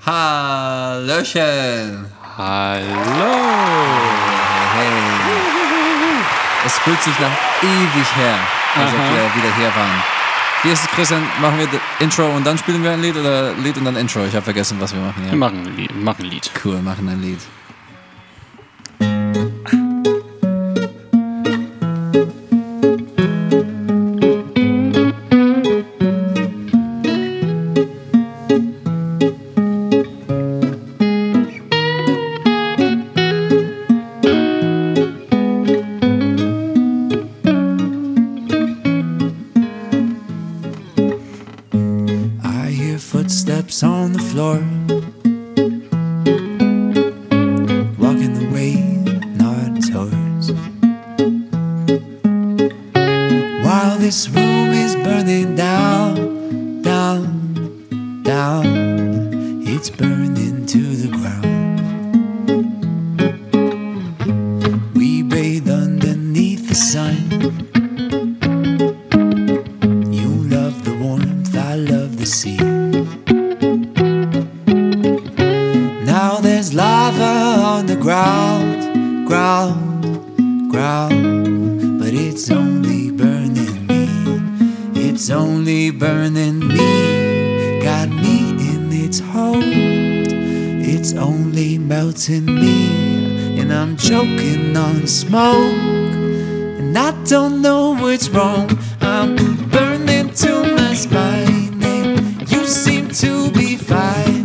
Hallöchen. Hallo. Hey. Es fühlt sich nach ewig her, als ob wir wieder hier waren. Wie ist es, Christian? Machen wir das Intro und dann spielen wir ein Lied oder Lied und dann Intro? Ich habe vergessen, was wir machen. Ja. Wir machen ein Lied. Cool, machen ein Lied. Footsteps on the floor, walking the way not towards. While this room is burning down, down, down, it's burning to the ground. We bathe underneath the sun. You love the warmth, I love the sea. There's lava on the ground, ground, ground, but it's only burning me, it's only burning me, got me in its hold, it's only melting me, and I'm choking on smoke, and I don't know what's wrong, I'm burning to my spine, and you seem to be fine.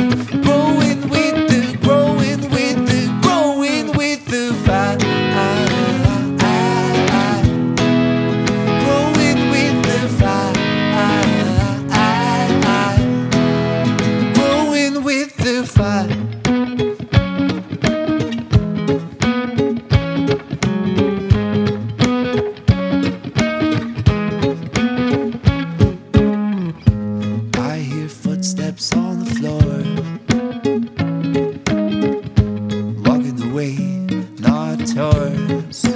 Footsteps on the floor, walking the way not towards.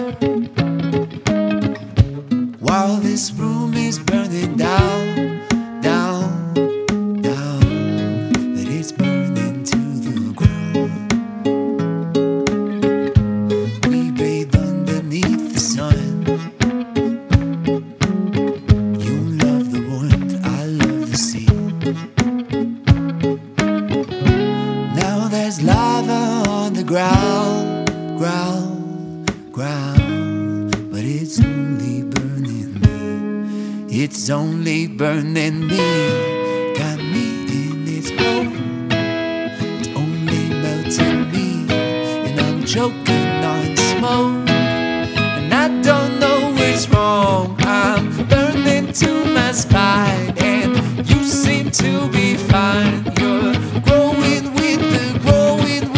While this room is burning down, down, down, that it's burning to the ground. We bathe underneath the sun. You love the warmth, I love the sea. Now there's lava on the ground, ground, ground, but it's only burning me, it's only burning me, got me in its hole, it's only melting me, and I'm choking on smoke, and I don't know what's wrong, I'm burning to my spine, and you seem to be fine, you're growing with the fire.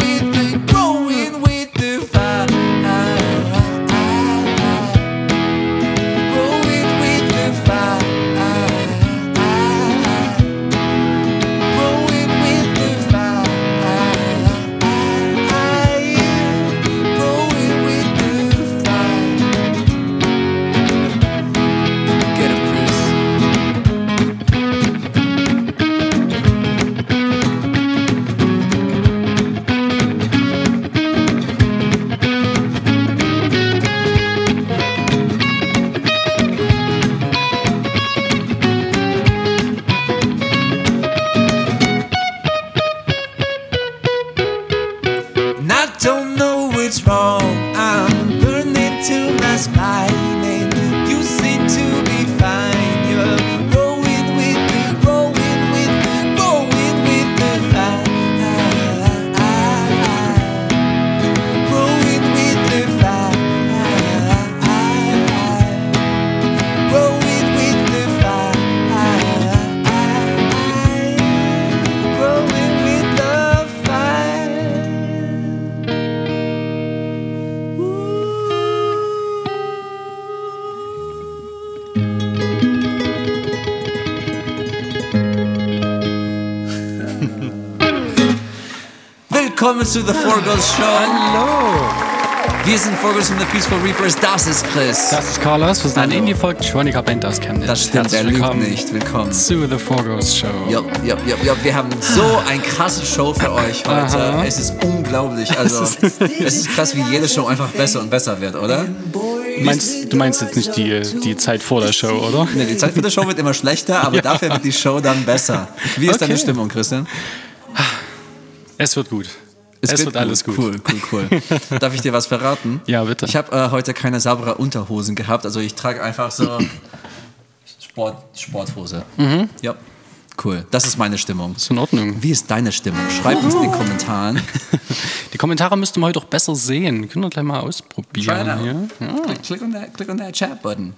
Don't know what's wrong, I'm burning to my spine, and you seem to be fine. You're growing with the fire. Growing with the fire. Growing with the fire. Growing with the fire. Willkommen zu The Four Girls Show. Hallo. Wir sind Vogels from the Peaceful Reapers, das ist Chris. Das ist Carlos, wir sind eine Hallo. Indie-Folk-Schwaniger-Band aus Chemnitz. Das stimmt, Herzlich wer lügt nicht. Willkommen. zu The Vogels Show. Ja, wir haben so eine krasse Show für euch heute. Aha. Es ist unglaublich. Also, es ist krass, wie jede Show einfach besser und besser wird, oder? Du meinst jetzt nicht die Zeit vor der Show, oder? Nee, die Zeit für die Show wird immer schlechter, aber dafür wird die Show dann besser. Wie ist deine Okay. Stimmung, Christian? Es wird gut. Es wird alles gut. Cool. Darf ich dir was verraten? Ja, bitte. Ich habe heute keine saubere Unterhosen gehabt, also ich trage einfach so Sporthose. Ja, cool. Das ist meine Stimmung. Ist in Ordnung. Wie ist deine Stimmung? Schreib uns in den Kommentaren. Die Kommentare müssten wir heute auch besser sehen. Können wir gleich mal Try it ausprobieren out. hier. Ja. Click on that chat button.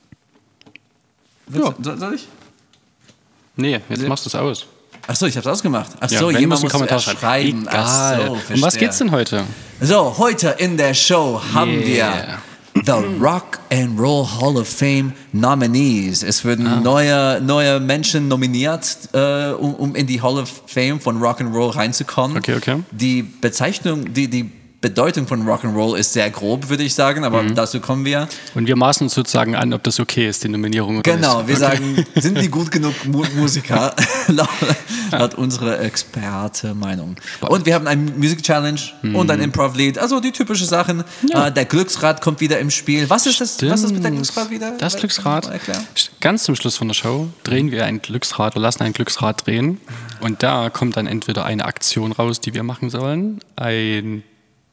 Ja. Soll ich? Nee, jetzt machst du es aus. Achso, ich habe es ausgemacht. Ja, Achso, wenn, jemand musst du muss einen zuerst Kommentar schreiben. Egal. Ach so, Um was verstehe. geht's denn heute? So, heute in der Show haben Yeah. wir The Rock and Roll Hall of Fame Nominees. Es werden neue Menschen nominiert, um in die Hall of Fame von Rock and Roll reinzukommen. Okay. Die Bezeichnung, die Bedeutung von Rock and Roll ist sehr grob, würde ich sagen, aber dazu kommen wir. Und wir maßen uns sozusagen an, ob das okay ist, die Nominierung oder Genau, nicht. wir sagen, sind die gut genug Musiker? Laut unserer Experte-Meinung. Und wir haben ein Music Challenge und ein Improv-Lied, also die typischen Sachen. Der Glücksrad kommt wieder im Spiel. Was ist das? Was ist mit der Glücksrad wieder? Das Glücksrad, Mal erklären? ganz zum Schluss von der Show drehen wir ein Glücksrad oder lassen ein Glücksrad drehen. Und da kommt dann entweder eine Aktion raus, die wir machen sollen, ein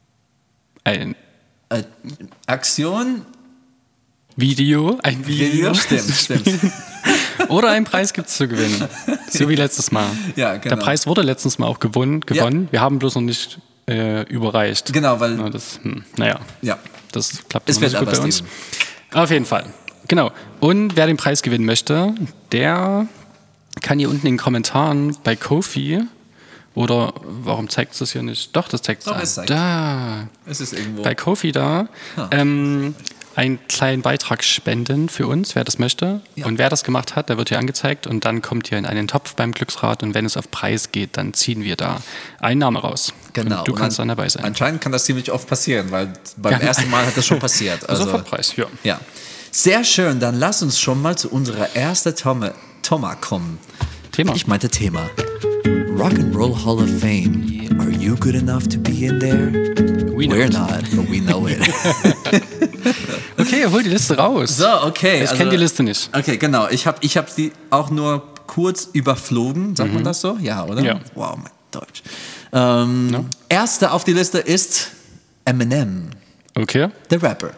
Aktion, Video, Stimmt. Oder ein Preis gibt es zu gewinnen. So wie letztes Mal. Ja, genau. Der Preis wurde letztes Mal auch gewonnen. Wir haben bloß noch nicht überreicht. Genau, weil. Ja, das klappt Es immer wird nicht gut aber bei uns. Steven. Auf jeden Fall. Genau. Und wer den Preis gewinnen möchte, der kann hier unten in den Kommentaren bei Ko-fi oder warum zeigt es das hier nicht? Doch, das zeigt es Doch, an. es zeigt. Da. Es ist irgendwo. Bei Ko-fi da. Einen kleinen Beitrag spenden für uns, wer das möchte. Ja. Und wer das gemacht hat, der wird hier angezeigt und dann kommt hier in einen Topf beim Glücksrad und wenn es auf Preis geht, dann ziehen wir da einen Namen raus. Genau. Und du Und kannst dann dabei sein. Anscheinend kann das ziemlich oft passieren, weil beim ersten Mal hat das schon passiert. Also, Sofortpreis, ja. Ja. Sehr schön, dann lass uns schon mal zu unserer ersten Thema kommen. Thema. Ich meinte Thema. Rock and Roll Hall of Fame. Are you good enough to be in there? We're not, but we know it. Okay, hol die Liste raus. So, okay. Ich kenne die Liste nicht. Okay, genau. Ich hab sie auch nur kurz überflogen. Sagt man das so? Ja, oder? Ja. Wow, mein Deutsch. Erster auf die Liste ist Eminem, Okay. der Rapper.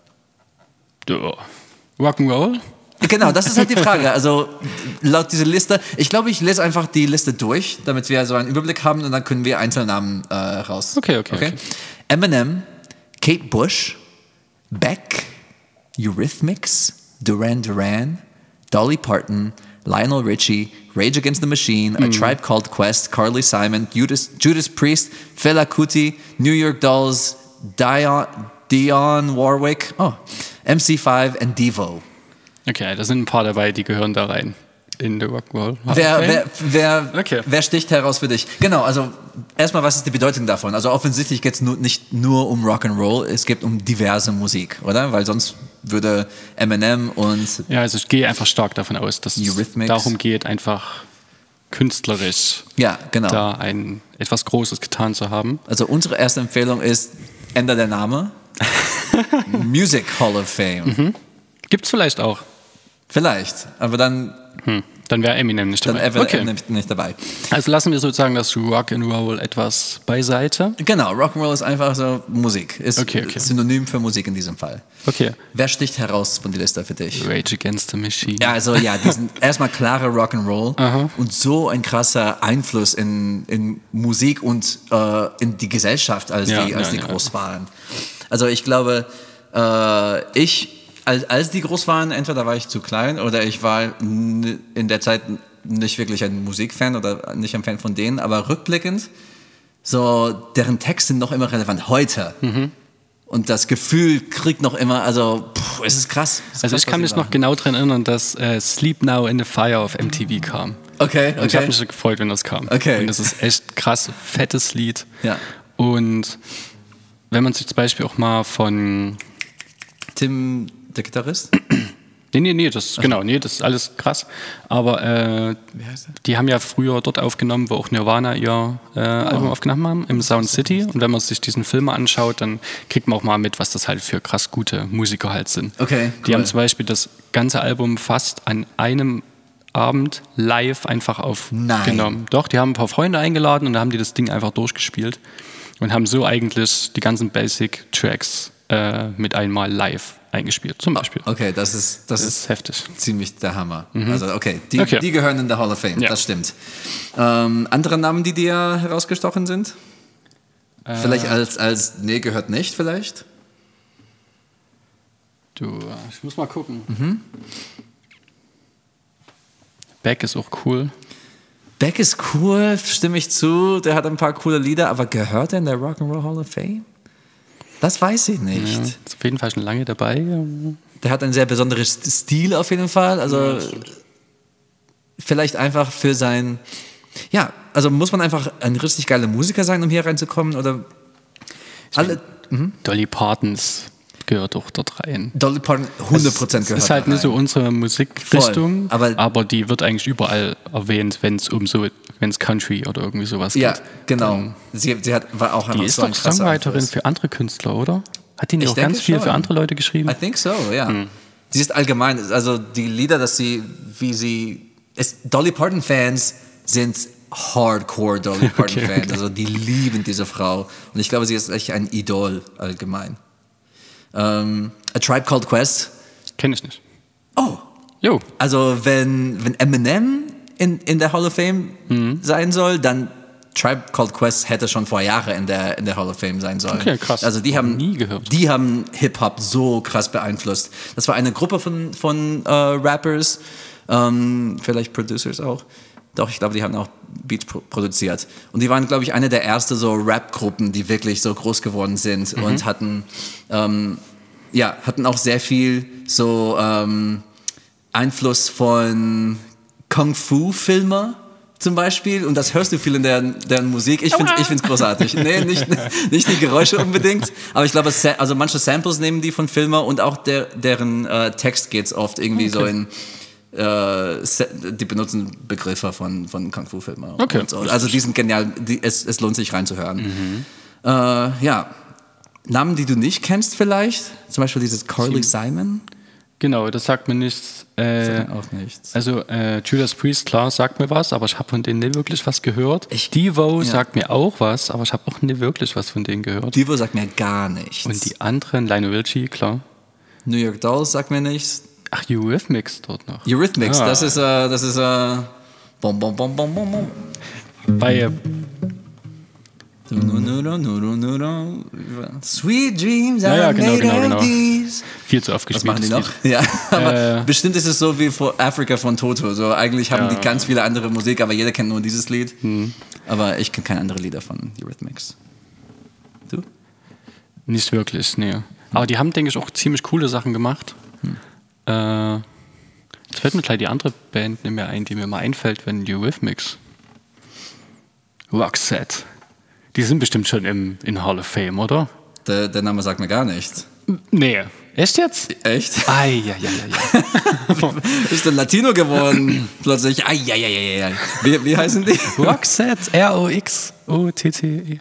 Rock'n'Roll? Genau, das ist halt die Frage. Also laut dieser Liste, ich glaube, ich lese einfach die Liste durch, damit wir so einen Überblick haben und dann können wir Einzelnamen raus. Okay. Eminem, Kate Bush, Beck, Eurythmics, Duran Duran, Dolly Parton, Lionel Richie, Rage Against the Machine, A Tribe Called Quest, Carly Simon, Judas Priest, Fela Kuti, New York Dolls, Dionne Warwick, MC5 und Devo. Okay, da sind ein paar dabei, die gehören da rein. In the Rock'n'Roll. Wer sticht heraus für dich? Genau, also erstmal, was ist die Bedeutung davon? Also offensichtlich geht es nicht nur um Rock'n'Roll, es geht um diverse Musik, oder? Weil sonst würde Eminem und Ja, also ich gehe einfach stark davon aus, dass es Eurythmics. darum geht, einfach künstlerisch ja, genau. da ein etwas Großes getan zu haben. Also unsere erste Empfehlung ist, ändere der Name. Music Hall of Fame. Gibt's vielleicht auch. Vielleicht, aber dann Dann wäre Eminem nicht dabei. Eminem nicht dabei. Also lassen wir sozusagen das Rock'n'Roll etwas beiseite. Genau, Rock'n'Roll ist einfach so Musik. Ist Okay. Synonym für Musik in diesem Fall. Okay. Wer sticht heraus von der Liste für dich? Rage Against the Machine. Ja, also die sind erstmal klare Rock'n'Roll und so ein krasser Einfluss in Musik und in die Gesellschaft, als die groß waren. Also ich glaube, als die groß waren, entweder war ich zu klein oder ich war in der Zeit nicht wirklich ein Musikfan oder nicht ein Fan von denen, aber rückblickend, so deren Texte sind noch immer relevant heute. Und das Gefühl kriegt noch immer, also es ist krass. Also ich kann mich noch genau daran erinnern, dass Sleep Now in the Fire auf MTV kam. Okay. Und ich habe mich gefreut, wenn das kam. Okay. Und das ist echt krass, fettes Lied. Ja. Und wenn man sich zum Beispiel auch mal von... Tim, der Gitarrist? Nee, das ist alles krass. Aber Wie heißt er? die haben ja früher dort aufgenommen, wo auch Nirvana ihr Album aufgenommen haben, im Sound City. Und wenn man sich diesen Film mal anschaut, dann kriegt man auch mal mit, was das halt für krass gute Musiker halt sind. Okay, Die cool. haben zum Beispiel das ganze Album fast an einem Abend live einfach aufgenommen. Doch, die haben ein paar Freunde eingeladen und da haben die das Ding einfach durchgespielt und haben so eigentlich die ganzen Basic-Tracks mit einmal live eingespielt, zum Beispiel. Okay, das ist heftig. ziemlich der Hammer. Also okay, die gehören in der Hall of Fame, Ja. das stimmt. Andere Namen, die dir herausgestochen sind? Vielleicht als nee, gehört nicht vielleicht? Ich muss mal gucken. Beck ist auch cool. Beck ist cool, stimme ich zu. Der hat ein paar coole Lieder, aber gehört er in der Rock'n'Roll Hall of Fame? Das weiß ich nicht. Ja, ist auf jeden Fall schon lange dabei. Der hat einen sehr besonderen Stil auf jeden Fall. Also vielleicht einfach für sein... Ja, also muss man einfach ein richtig geiler Musiker sein, um hier reinzukommen? Oder alle... Dolly Partons gehört auch dort rein. Dolly Parton 100% gehört ist halt da nicht so rein. unsere Musikrichtung, Voll, aber die wird eigentlich überall erwähnt, wenn es Country oder irgendwie sowas Ja, geht. genau. Sie war auch Die einfach ist so ein doch krasser Songwriterin Einfluss. für andere Künstler, oder? Hat die nicht Ich auch ganz denke viel schon. für andere Leute geschrieben? I think so, ja. Sie ist allgemein, also die Lieder, Dolly Parton-Fans sind Hardcore Dolly Parton-Fans, okay. also die lieben diese Frau. Und ich glaube, sie ist echt ein Idol allgemein. A Tribe Called Quest. Kenn ich nicht. Oh, Jo, also wenn Eminem in der Hall of Fame sein soll, dann Tribe Called Quest hätte schon vor Jahren in der Hall of Fame sein sollen. Okay, krass. Also die haben Nie gehört. Die haben Hip-Hop so krass beeinflusst. Das war eine Gruppe von Rappers, vielleicht Producers auch. Doch, ich glaube, die haben auch Beats produziert. Und die waren, glaube ich, eine der ersten so Rap-Gruppen, die wirklich so groß geworden sind und hatten auch sehr viel so Einfluss von Kung-Fu-Filmer zum Beispiel. Und das hörst du viel in deren Musik. Ich finde es großartig. Nee, nicht die Geräusche unbedingt. Aber ich glaube, also manche Samples nehmen die von Filmen und auch deren Text geht es oft irgendwie so in die benutzen Begriffe von Kung-Fu-Filmen. Okay. Und so. Also die sind genial. Es lohnt sich reinzuhören. Namen, die du nicht kennst vielleicht? Zum Beispiel dieses Carly Simon? genau, das sagt mir nichts. Auch nichts. Also Judas Priest, klar, sagt mir was, aber ich habe von denen nicht wirklich was gehört. Devo sagt mir auch was, aber ich habe auch nicht wirklich was von denen gehört. Devo sagt mir gar nichts. Und die anderen, Lionel Richie, klar. New York Dolls sagt mir nichts. Ach, Eurythmics dort noch. Eurythmics, Ah. das ist bom, bom, bom, bom, bom, bom. Bei Sweet dreams Ja, are genau, made genau. of these. viel zu oft Was gespielt. machen die noch? Ja, aber bestimmt ist es so wie vor Africa von Toto. So, eigentlich haben die ganz viele andere Musik, aber jeder kennt nur dieses Lied. Aber ich kenne keine anderen Lieder von Eurythmics. Du? Nicht wirklich, nee. Aber die haben, denke ich, auch ziemlich coole Sachen gemacht. Jetzt fällt mir gleich die andere Band nicht mehr ein, die mir mal einfällt, wenn Eurythmics. Roxette. Die sind bestimmt schon in Hall of Fame, oder? Der Name sagt mir gar nichts. Nee. Echt jetzt? Echt? Ja. Bist du Latino geworden? Plötzlich. Wie heißen die? Roxette. R-O-X-O-T-T-E.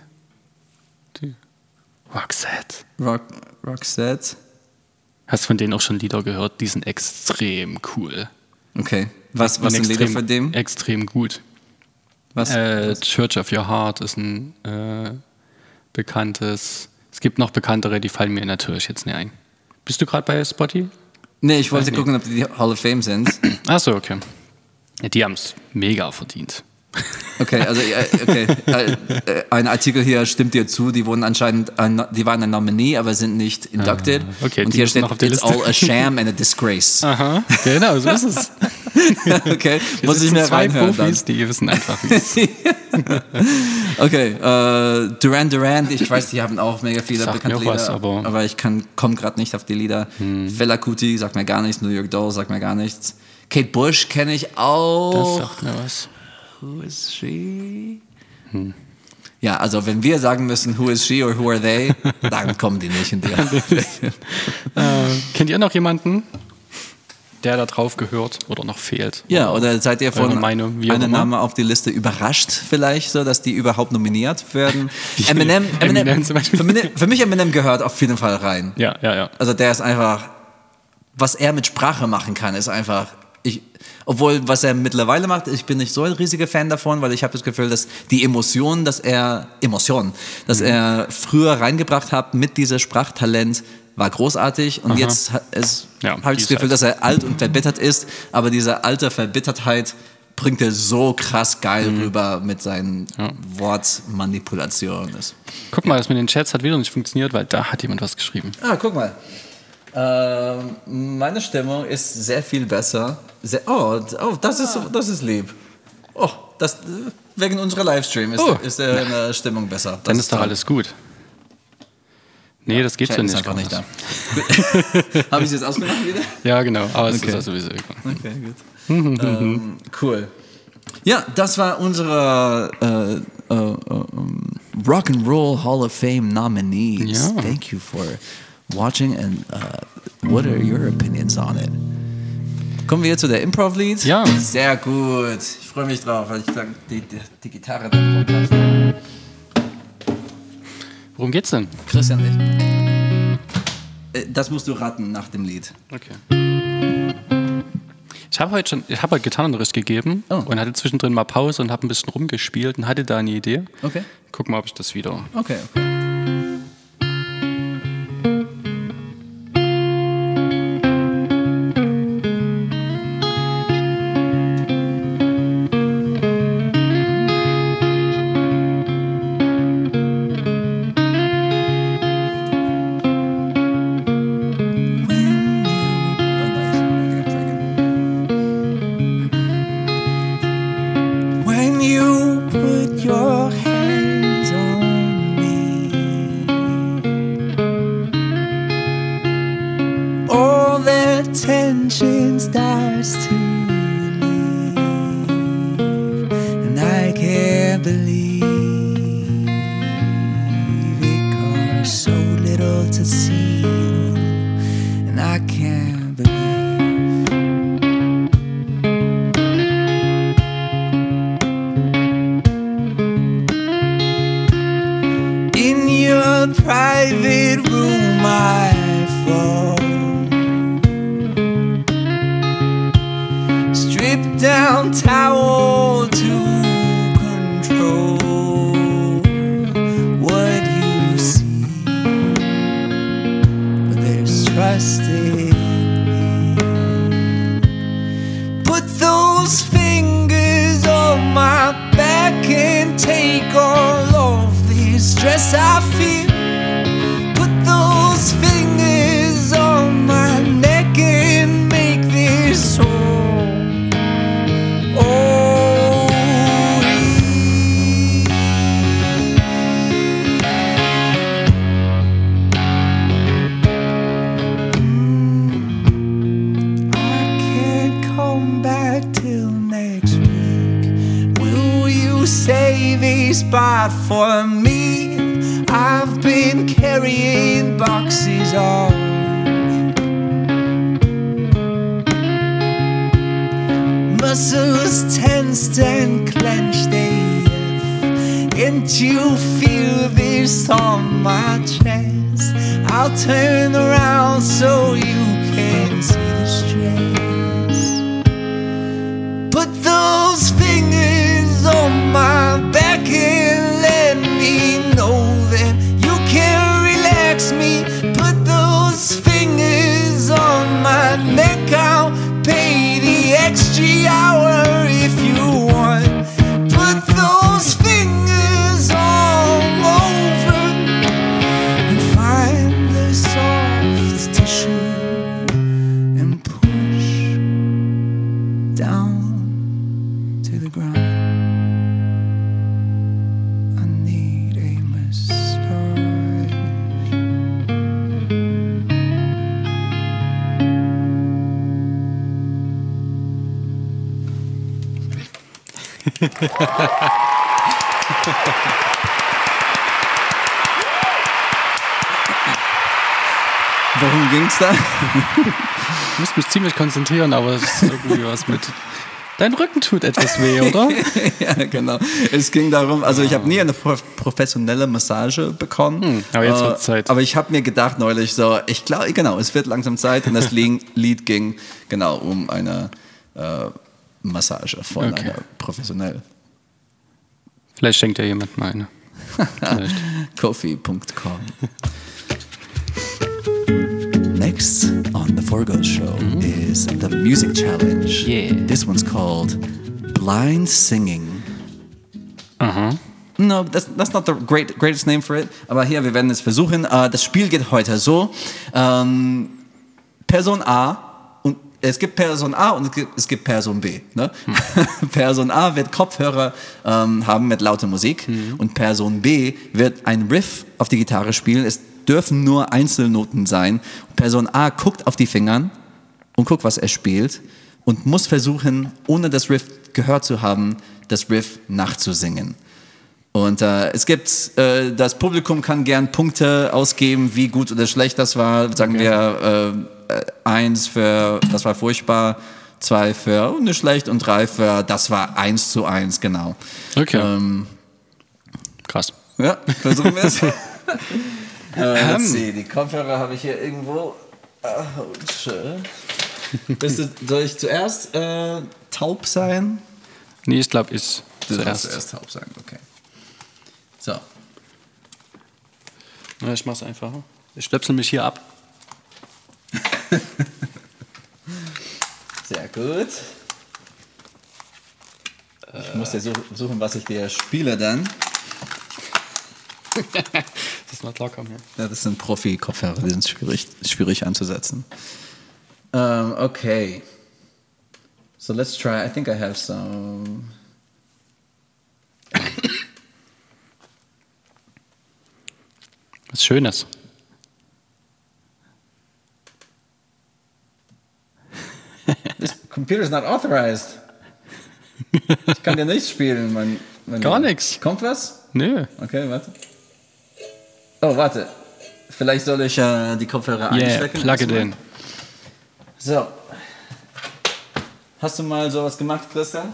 Roxette. Roxette. Hast von denen auch schon Lieder gehört? Die sind extrem cool. Okay. Was sind Lieder von dem? Extrem gut. Was? Church of Your Heart ist ein bekanntes. Es gibt noch bekanntere, die fallen mir natürlich jetzt nicht ein. Bist du gerade bei Spotify? Nee, ich wollte gucken, ob die Hall of Fame sind. Achso, okay. Ja, die haben es mega verdient. Okay, also ein Artikel hier stimmt dir zu, die wurden anscheinend, die waren ein Nominee, aber sind nicht inducted. Okay, und die hier müssen steht, noch auf der it's Liste. all a sham and a disgrace. Aha, genau, so ist es. Okay, Wir muss ich sitzen mir zwei reinhören Profis, die wissen einfach, wie es ist. Okay, Duran Duran, ich weiß, die haben auch mega viele Sagt bekannte mir auch Lieder, was, aber ich komme gerade nicht auf die Lieder. Fela Kuti sagt mir gar nichts, New York Dolls sagt mir gar nichts. Kate Bush kenne ich Das auch. sagt mir was. Who is she? Ja, also wenn wir sagen müssen, who is she or who are they, dann kommen die nicht in dir. Kennt ihr noch jemanden, der da drauf gehört oder noch fehlt? Ja, oder seid ihr von Meinung, wie auch einem immer? Namen auf die Liste überrascht vielleicht, so dass die überhaupt nominiert werden? Eminem zum Beispiel. Für mich Eminem gehört auf jeden Fall rein. Ja. Also der ist einfach, was er mit Sprache machen kann, ist einfach, obwohl was er mittlerweile macht, ich bin nicht so ein riesiger Fan davon, weil ich habe das Gefühl, dass die Emotionen, dass er früher reingebracht hat mit diesem Sprachtalent, war großartig und jetzt habe ich das Gefühl, dass er alt und verbittert ist, aber diese alte Verbittertheit bringt er so krass geil rüber mit seinen Wortmanipulationen. Guck mal, das mit den Chats hat wieder nicht funktioniert, weil da hat jemand was geschrieben. Ah, guck mal. Meine Stimmung ist sehr viel besser. Das ist lieb. Oh, wegen unserer Livestream ist der Stimmung besser. Dann ist doch alles gut. Nee, das geht so nicht. Ist einfach nicht da. Habe ich es jetzt ausgemacht wieder? Ja, genau. Aber es ist ja sowieso. Okay, gut. Cool. Ja, das war unsere Rock'n'Roll Hall of Fame nominees. Ja. Thank you for watching and what are your opinions on it? Kommen wir zu der Improv-Lied? Ja. Sehr gut. Ich freue mich drauf, weil ich die Gitarre da drauf habe. Worum geht's denn? Christian nicht. Das musst du raten nach dem Lied. Okay. Ich habe heute Gitarrenunterricht gegeben und hatte zwischendrin mal Pause und habe ein bisschen rumgespielt und hatte da eine Idee. Okay. Guck mal, ob ich das wieder... Okay. Private room I fall, strip down towel to control what you see, but there's trust in me. Put those fingers on my back and take all of this stress I feel. Fingers on my neck and make this whole. I can't come back till next week. Will you save a spot for me? I've been carrying boxes all week. Muscles tensed and clenched AF. Can't you feel this on my chest? I'll turn around so you can see the stress. Put those fingers on my back and let me know that you can relax me. Put those fingers on my neck. I'll pay the extra hour if you want. Put those fingers all over and find the soft tissue and push down to the ground. Worum ging's da? Ich muss mich ziemlich konzentrieren, aber es ist irgendwie was mit... Dein Rücken tut etwas weh, oder? Ja, genau. Es ging darum, also ich habe nie eine professionelle Massage bekommen. Aber jetzt wird Zeit. Aber ich habe mir gedacht neulich so, ich glaube, genau, es wird langsam Zeit. Und das Lied ging genau um eine Massage von einer professionell. Vielleicht schenkt ja jemand mal eine. Kofi.com. Next on the Forgo Show is the music challenge. Yeah. This one's called Blind Singing. No, that's not the greatest name for it. Aber hier, wir werden es versuchen. Das Spiel geht heute so. Person A, und es gibt Person A und es gibt Person B. Ne? Person A wird Kopfhörer haben mit lauter Musik und Person B wird ein Riff auf die Gitarre spielen. Es dürfen nur Einzelnoten sein. Person A guckt auf die Fingern und guckt, was er spielt und muss versuchen, ohne das Riff gehört zu haben, das Riff nachzusingen. Und es gibt, das Publikum kann gern Punkte ausgeben, wie gut oder schlecht das war. Sagen wir 1 für, das war furchtbar, 2 für nicht schlecht und 3 für, das war 1:1, genau. Okay. Krass. Ja, versuchen wir es. Let's see, die Kopfhörer habe ich hier irgendwo. Soll ich zuerst taub sein? Nee, ich glaube, ich Du sollst zuerst. zuerst taub sein, okay. So. Ja, ich mach's einfacher. Ich stöpsel mich hier ab. Sehr gut. Ich muss dir suchen, was ich dir spiele dann. Das macht locker mehr. Ja, das sind Profi-Kopfhörer, die sind schwierig anzusetzen. Okay. So let's try. I think I have some. Was Schönes. This computer is not authorized. Ich kann dir nichts spielen, mein Gar nichts. Kommt was? Nö. Okay, warte. Oh, warte. Vielleicht soll ich die Kopfhörer einstecken. Plug it in. So. Hast du mal sowas gemacht, Christian?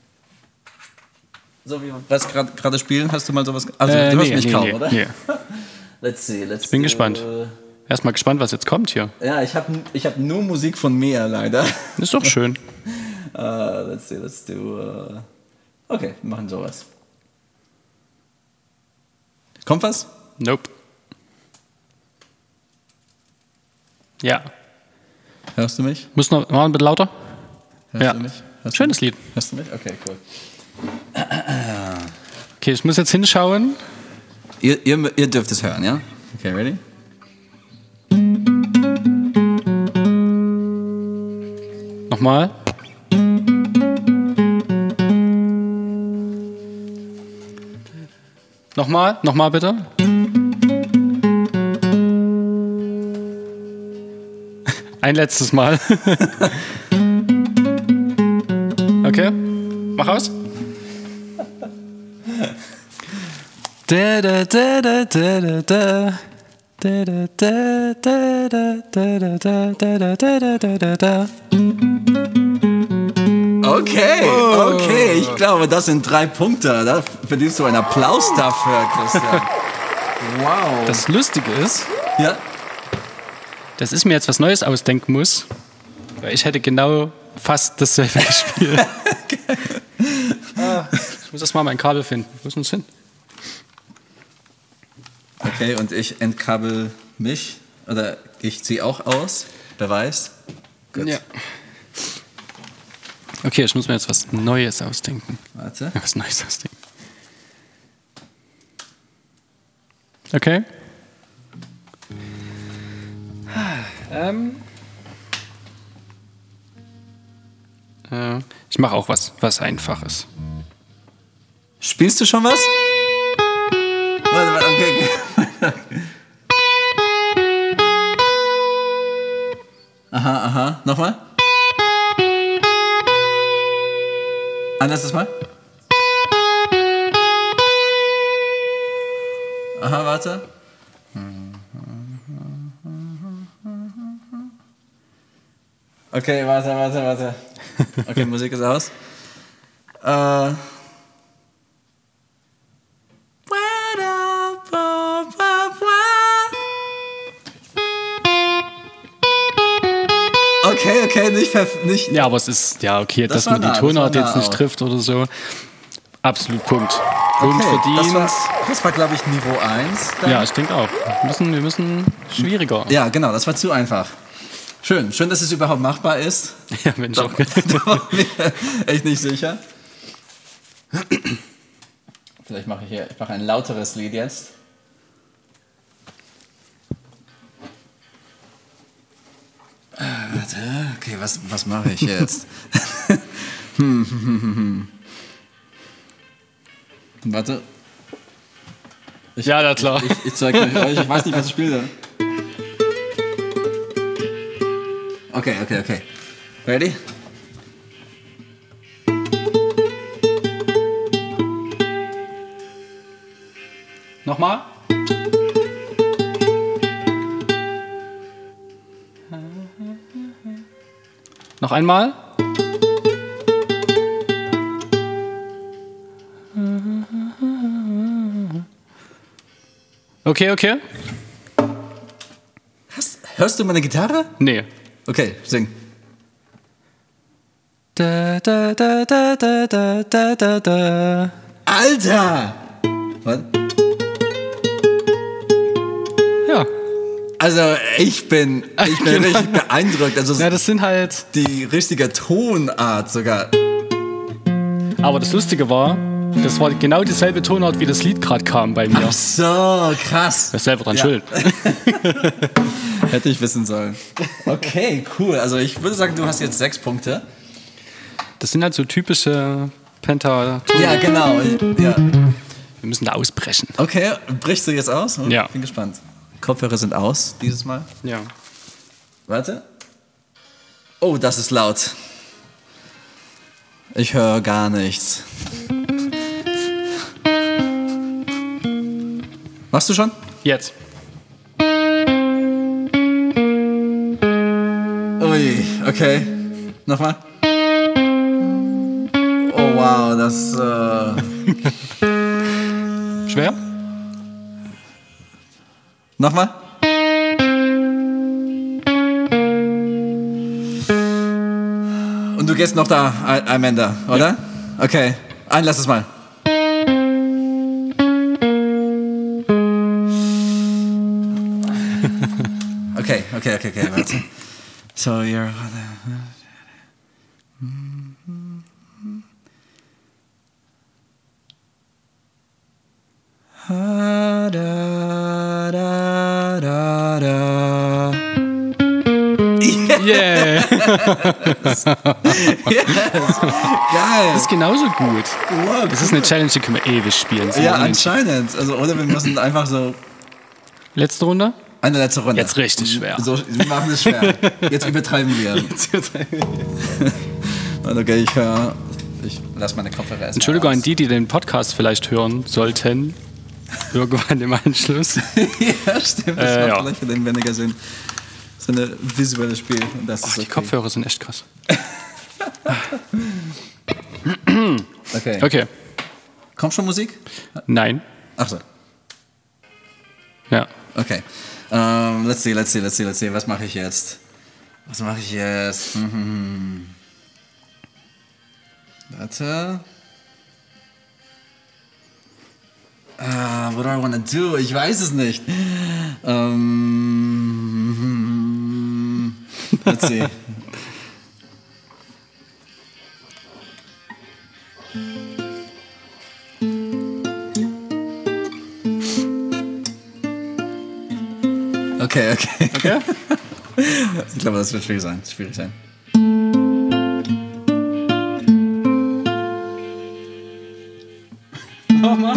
So wie was gerade spielen? Hast du mal sowas gemacht? Also, du hörst mich kaum, oder? Nee. Let's see. Ich bin gespannt. Erstmal gespannt, was jetzt kommt hier. Ja, ich hab nur Musik von mir, leider. Ist doch schön. Let's see, let's do... Okay, wir machen sowas. Kommt was? Nope. Ja. Hörst du mich? Muss noch mal ein bisschen lauter? Hörst Ja. du mich? Schönes Lied. Hörst du mich? Okay, cool. Okay, ich muss jetzt hinschauen. Ihr dürft es hören, ja? Okay, ready? Nochmal. Nochmal bitte. Ein letztes Mal. Okay, mach aus. Da, da, da, da, da, da, da. Da, da, da, da, da, da, da, da, da, da, da, da. Okay, ich glaube, das sind 3 Punkte. Da verdienst du einen Applaus dafür, Christian. Wow. Das Lustige ist, Ja? dass ich mir jetzt was Neues ausdenken muss, weil ich hätte genau fast dasselbe gespielt. Ich muss erst mal mein Kabel finden. Wo ist uns hin? Okay, und ich entkabel mich. Oder ich ziehe auch aus. Wer weiß. Gut. Ja. Okay, ich muss mir jetzt was Neues ausdenken. Warte. Ja, was Neues ausdenken. Okay. Ich mache auch was Einfaches. Spielst du schon was? Warte, okay. Aha. Nochmal? Ein letztes Mal? Aha, warte. Okay, warte. Okay, Musik ist aus. Okay, nicht. Ja, aber es ist, ja, okay, Das dass war man die nah, Tonart das war jetzt nah nicht auch. trifft oder so. Absolut Punkt. Punkt verdient. Das war glaube ich, Niveau 1. Dann. Ja, ich denke auch. Wir müssen schwieriger. Ja, genau, das war zu einfach. Schön, dass es überhaupt machbar ist. Ja, Mensch, Da auch. war mir echt nicht sicher. Vielleicht mache ich mache ein lauteres Lied jetzt. Warte, okay, was mache ich jetzt? Warte. Ja, na klar. Ich zeige euch, ich weiß nicht, was ich spiele. Okay. Ready? Nochmal? Noch einmal? Okay. Hörst du meine Gitarre? Nee. Okay, sing. Da, da, da, da, da, da, da, da, da. Alter! Was? Ja. Also ich bin Genau. richtig beeindruckt. Also Ja, das sind halt. die richtige Tonart sogar. Aber das Lustige war, das war genau dieselbe Tonart, wie das Lied gerade kam bei mir. Ach so, krass. Er ist selber dran Ja. schuld. Hätte ich wissen sollen. Okay, cool. Also ich würde sagen, du hast jetzt 6 Punkte. Das sind halt so typische Pentatonen. Ja, genau. Ja. Wir müssen da ausbrechen. Okay, brichst du jetzt aus? Ja. Bin gespannt. Kopfhörer sind aus dieses Mal. Ja. Warte. Oh, das ist laut. Ich höre gar nichts. Machst du schon? Jetzt. Ui, okay. Nochmal. Oh wow, das Schwer? Nochmal. Und du gehst noch da am Ende, oder? Ja. Okay, lass es mal. Okay, warte. So, you're... Yeah! Yes. Geil. Das ist genauso gut. Wow, Das ist eine Challenge, die können wir ewig spielen. Sind Ja, wir unentschieden. anscheinend. Also, oder wir müssen einfach so Letzte Runde? eine letzte Runde. Jetzt richtig schwer. So, wir machen es schwer. Jetzt übertreiben wir. Okay, ich lasse meine Kopfhörer erst Entschuldigung mal an die den Podcast vielleicht hören sollten. Irgendwann im Anschluss. Ja, stimmt. Das macht ja. vielleicht für den weniger Sinn. So ein visuelles Spiel. Und das ist Die okay. Kopfhörer sind echt krass. Okay. Kommt schon Musik? Nein. Ach so. Ja. Okay. Let's see. Was mache ich jetzt? Warte. What do I want to do? Ich weiß es nicht. Let's see. Okay. Ich glaube, das wird schwierig sein. Nochmal.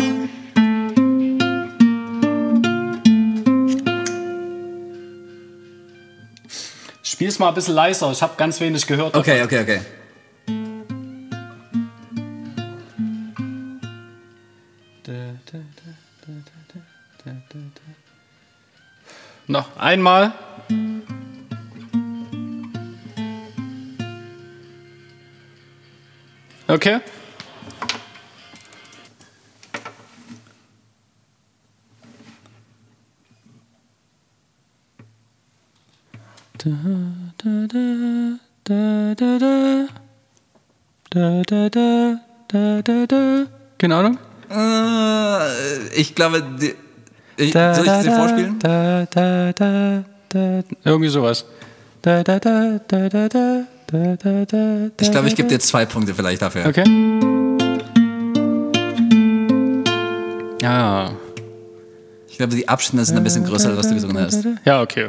Spiel's mal ein bisschen leiser. Ich habe ganz wenig gehört. Okay. Noch einmal. Okay. Da, da, da, da, da, da. Da, da, da, da, da, da. Keine Ahnung? Ich glaube, soll ich dir vorspielen? Da, da, da, da. Irgendwie sowas. Da, da, da, da, da, da, da, da, da. Ich glaube, ich gebe dir 2 Punkte vielleicht dafür. Okay. Ja. Ich glaube, die Abstände sind ein bisschen größer, als was du gesungen hast. Ja, okay.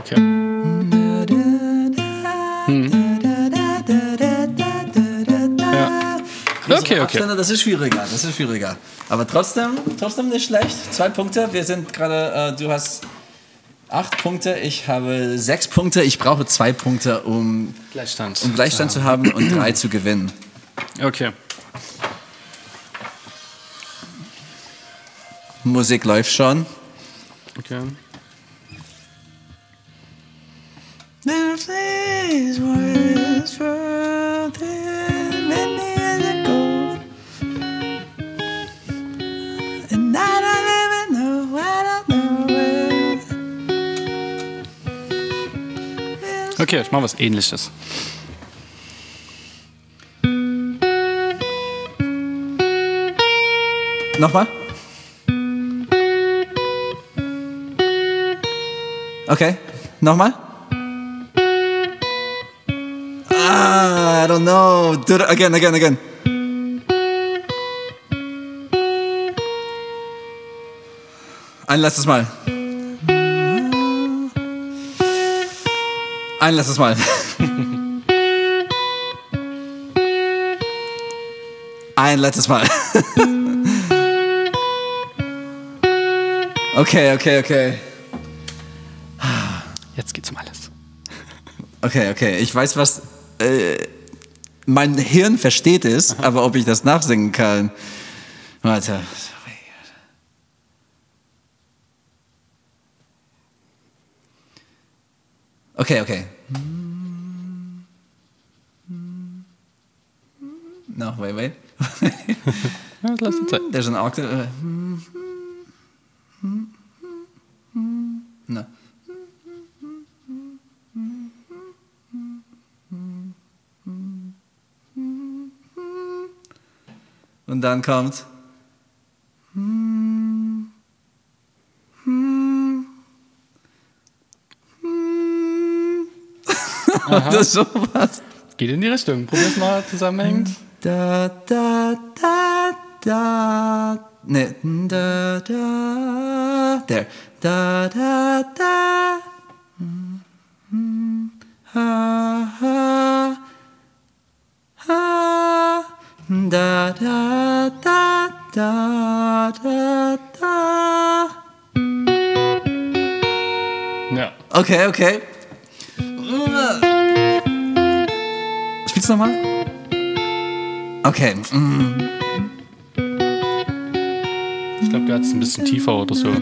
Ja. Okay. Abstände, das ist schwieriger. Aber trotzdem nicht schlecht. 2 Punkte. Wir sind gerade, du hast 8 Punkte, ich habe 6 Punkte. Ich brauche 2 Punkte, um Gleichstand zu haben und 3 zu gewinnen. Okay. Musik läuft schon. Okay. Okay, ich mache was Ähnliches. Nochmal? Okay, nochmal? I don't know. Do it again. Ein letztes Mal. Ein letztes Mal. Ein letztes Mal. Okay. Jetzt geht's um alles. Okay. Ich weiß, was mein Hirn versteht es, aber ob ich das nachsingen kann. Warte. Okay. No, wait. Ja, lass uns Zeit. There's an octave. No. Und dann kommt. Das ist sowas. Geht in die Richtung. Probier's mal zusammenhängend. Da. Ne, da. Der. Da. Ha. Da. Ja. Okay. Spielst du nochmal? Okay. Ich glaube, du hattest ein bisschen tiefer oder so.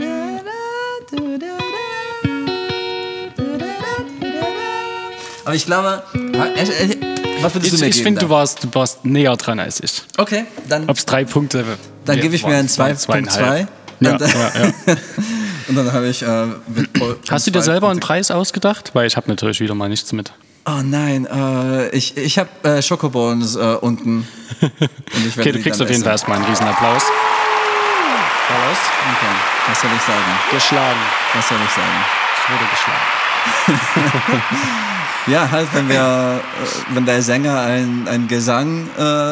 Aber ich glaube, was würdest du mir geben? Ich finde, du warst näher dran als ich. Okay, dann. Ob es 3 Punkte. Dann gebe ich mir ein 2,2. Ja. Und dann habe ich. Hast du dir selber einen Preis ausgedacht? Weil ich habe natürlich wieder mal nichts mit. Oh nein, ich habe Schokobones unten. Und ich Okay, du kriegst auf jeden Fall erstmal einen riesen Applaus. Okay, was soll ich sagen? Geschlagen. Was soll ich sagen? Ich wurde geschlagen. Ja, halt, wenn der Sänger ein Gesang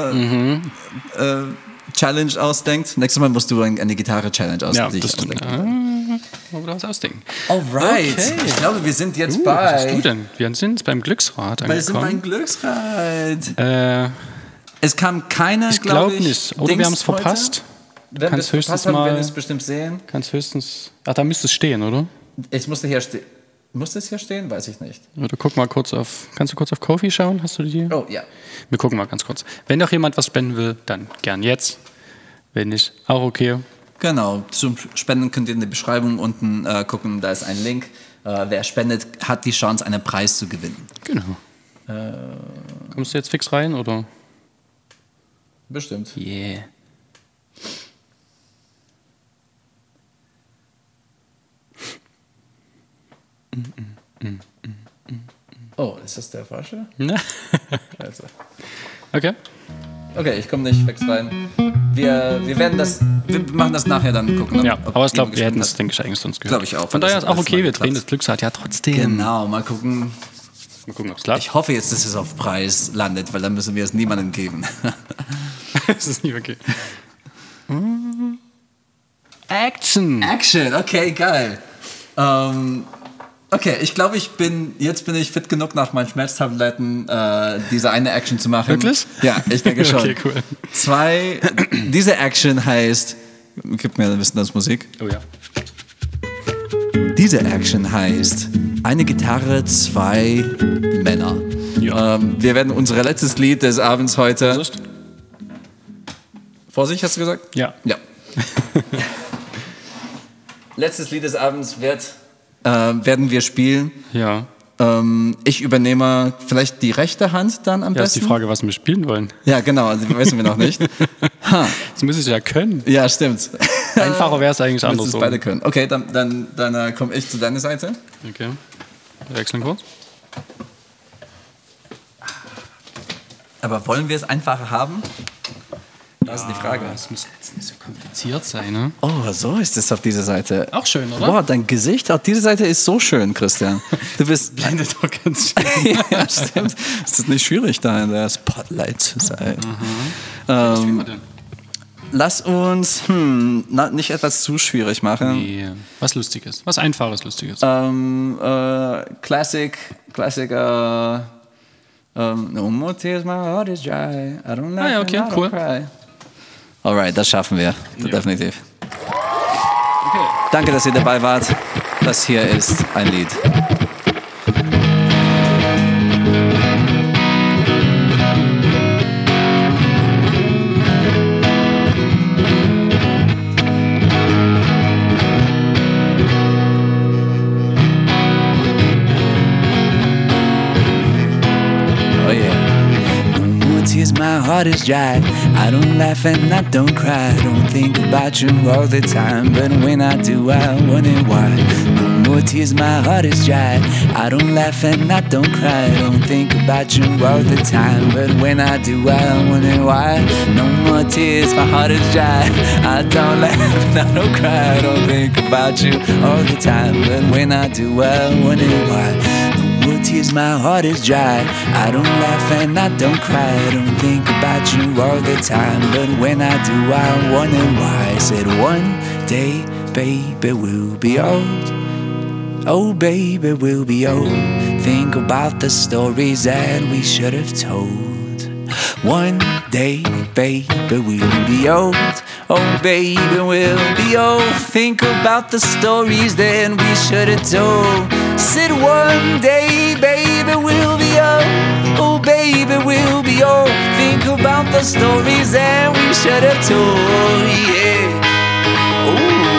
Challenge ausdenkt. Nächstes Mal musst du eine Gitarre-Challenge ausdenken. Ja, das stimmt. Wollen wir was ausdenken? Alright. Okay. Ich glaube, wir sind jetzt bei... Was hast du denn? Wir sind jetzt beim Glücksrad angekommen. Wir sind beim Glücksrad. Es kam keine, ich glaube nicht. Oder wir haben es verpasst. Wenn wir es verpasst haben, werden wir es bestimmt sehen. Kannst höchstens... Ach, da müsste es stehen, oder? Ich musste hier stehen. Muss es hier stehen? Weiß ich nicht. Oder guck mal kurz auf... Kannst du kurz auf Ko-fi schauen? Hast du die? Oh, ja. Wir gucken mal ganz kurz. Wenn noch jemand was spenden will, dann gern jetzt. Wenn nicht, auch okay. Genau. Zum Spenden könnt ihr in der Beschreibung unten gucken. Da ist ein Link. Wer spendet, hat die Chance, einen Preis zu gewinnen. Genau. Kommst du jetzt fix rein, oder? Bestimmt. Yeah. Oh, ist das der falsche? Also. Okay. Okay, ich komme nicht fix rein. Wir machen das nachher dann gucken. Ja, aber ich glaube, wir hätten es, denke ich, eigentlich sonst gehört. Glaube ich auch. Von daher ist auch okay, wir drehen das Glücksrad ja trotzdem. Genau, mal gucken. Mal gucken, ob es klappt. Ich hoffe jetzt, dass es auf Preis landet, weil dann müssen wir es niemandem geben. Das ist nie okay. Action! Action, okay, geil. Okay, ich glaube, jetzt bin ich fit genug, nach meinen Schmerztabletten diese eine Action zu machen. Wirklich? Ja, ich denke schon. Okay, cool. Diese Action heißt, gib mir ein bisschen das Musik. Oh ja. Diese Action heißt, eine Gitarre, 2 Männer. Ja. Wir werden unser letztes Lied des Abends heute... Vorsicht. Vorsicht, hast du gesagt? Ja. Ja. Letztes Lied des Abends werden wir spielen. Ja. Ich übernehme vielleicht die rechte Hand dann am Ja, ist besten. die Frage, was wir spielen wollen. Ja, genau, also wissen wir noch nicht. Das muss ich ja können. Ja, stimmt. Einfacher wäre es eigentlich Müssten es andersrum. beide können. Okay, dann komme ich zu deiner Seite. Okay. Wir wechseln kurz. Aber wollen wir es einfacher haben? Das ist die Frage. Das muss jetzt nicht so kompliziert sein, ne? Oh, so ist es auf dieser Seite. Auch schön, oder? Boah, dein Gesicht auf dieser Seite ist so schön, Christian. Du bist... Blendet doch ganz schön. Ja, stimmt. Es ist nicht schwierig, da in der Spotlight zu sein. Was spielen wir denn? Lass uns nicht etwas zu schwierig machen. Nee, was Lustiges. Was Einfaches, Lustiges. No more tears, my heart is dry. I don't laugh ja, okay, and I don't cool. cry. Alright, das schaffen wir. Ja. Definitiv. Okay. Danke, dass ihr dabei wart. Das hier ist ein Lied. Oh yeah. No more tears, my heart is dry. I don't laugh and I don't cry. I don't think about you all the time, but when I do, I wonder why. No more tears, my heart is dry. I don't laugh and I don't cry. I don't think about you all the time, but when I do, I wonder why. No more tears, my heart is dry. I don't laugh and I don't cry. I don't think about you all the time, but when I do, I wonder why. No more tears, my heart is dry. I don't laugh and I don't cry. I don't think about you all the time, but when I do, I wonder why. I said one day, baby, we'll be old. Oh, baby, we'll be old. Think about the stories that we should have told. One day, baby, we'll be old. Oh, baby, we'll be old. Think about the stories that we should have told. Said one day, baby, we'll be old. Oh, baby, we'll be old. Think about the stories that we should have told. Yeah. Ooh.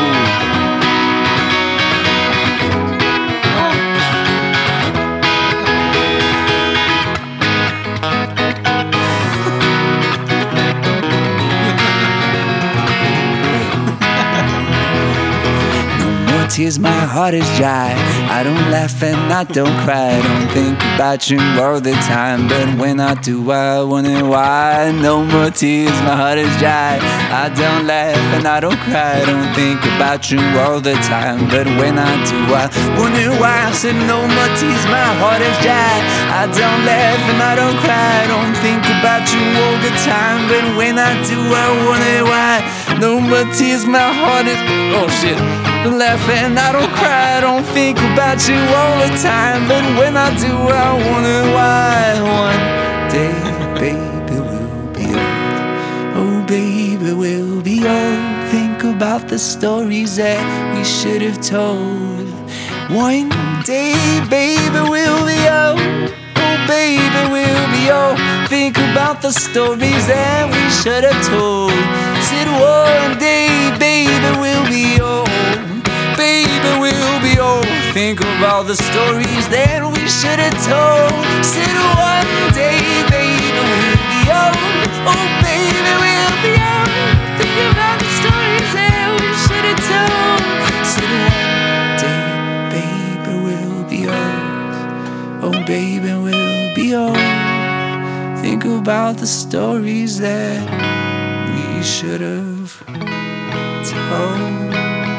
Tears, my heart is dry. I don't laugh and I don't cry. I don't think about you all the time, but when I do, I wonder why. No more tears, my heart is dry. I don't laugh and I don't cry. I don't think about you all the time, but when I do, I wonder why. I said no more tears, my heart is dry. I don't laugh and I don't cry. I don't think about you all the time, but when I do, I wonder why. No more tears, my heart is... Oh shit. Laugh and I don't cry, I don't think about you all the time, but when I do, I wonder why. One day, baby, we'll be old. Oh, baby, we'll be old. Think about the stories that we should have told. One day, baby, we'll be old. Oh, baby, we'll be old. Think about the stories that we should have told. Said one day, baby, we'll be old. Baby, we'll be old. Think of all the stories that we should have told. Said one day, baby, we'll be old. Oh baby, we'll be old. Think about the stories that we should have told. Said one day, baby, we'll be old. Oh baby, we'll be old. Think about the stories that we should have told.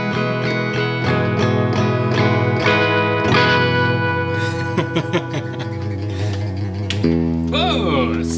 Los!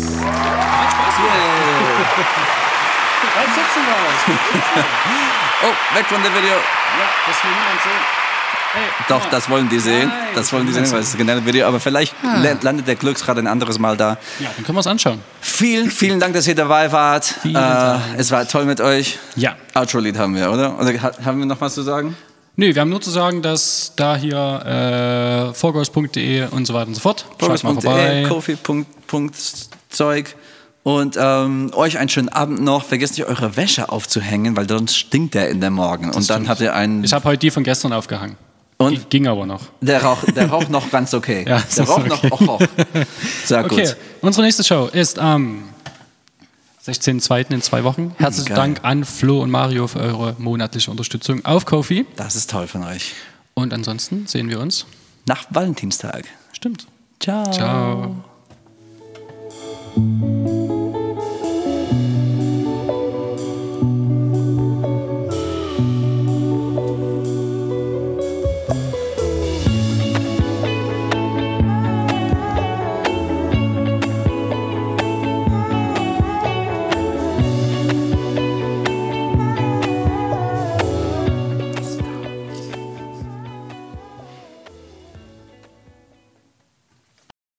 Jetzt sitzen wir aus. Oh, weg von der Video. Ja, das will niemand sehen. Hey, Doch, das wollen die sehen. Nein, Das wollen die sehen, weil es ist ein generelles Video. Aber vielleicht landet der Glücksrad ein anderes Mal da. Ja, dann können wir es anschauen. Vielen Dank, dass ihr dabei wart. Vielen Dank. Es war toll mit euch. Ja. Outro-Lied haben wir, oder? Oder haben wir noch was zu sagen? Nö, wir haben nur zu sagen, dass da hier forgos.de und so weiter und so fort. Schaut mal vorbei. Kofi.zeug. Und euch einen schönen Abend noch. Vergesst nicht, eure Wäsche aufzuhängen, weil sonst stinkt der in der Morgen. Und dann habt ihr einen... Ich habe heute die von gestern aufgehangen. Und? Ging aber noch. Der Rauch noch ganz okay. Ja, der Rauch okay. noch auch. Sehr gut. Okay, unsere nächste Show ist am 16.02. in 2 Wochen. Herzlichen Geil. Dank an Flo und Mario für eure monatliche Unterstützung auf Ko-fi. Das ist toll von euch. Und ansonsten sehen wir uns. Nach Valentinstag. Stimmt. Ciao. Ciao.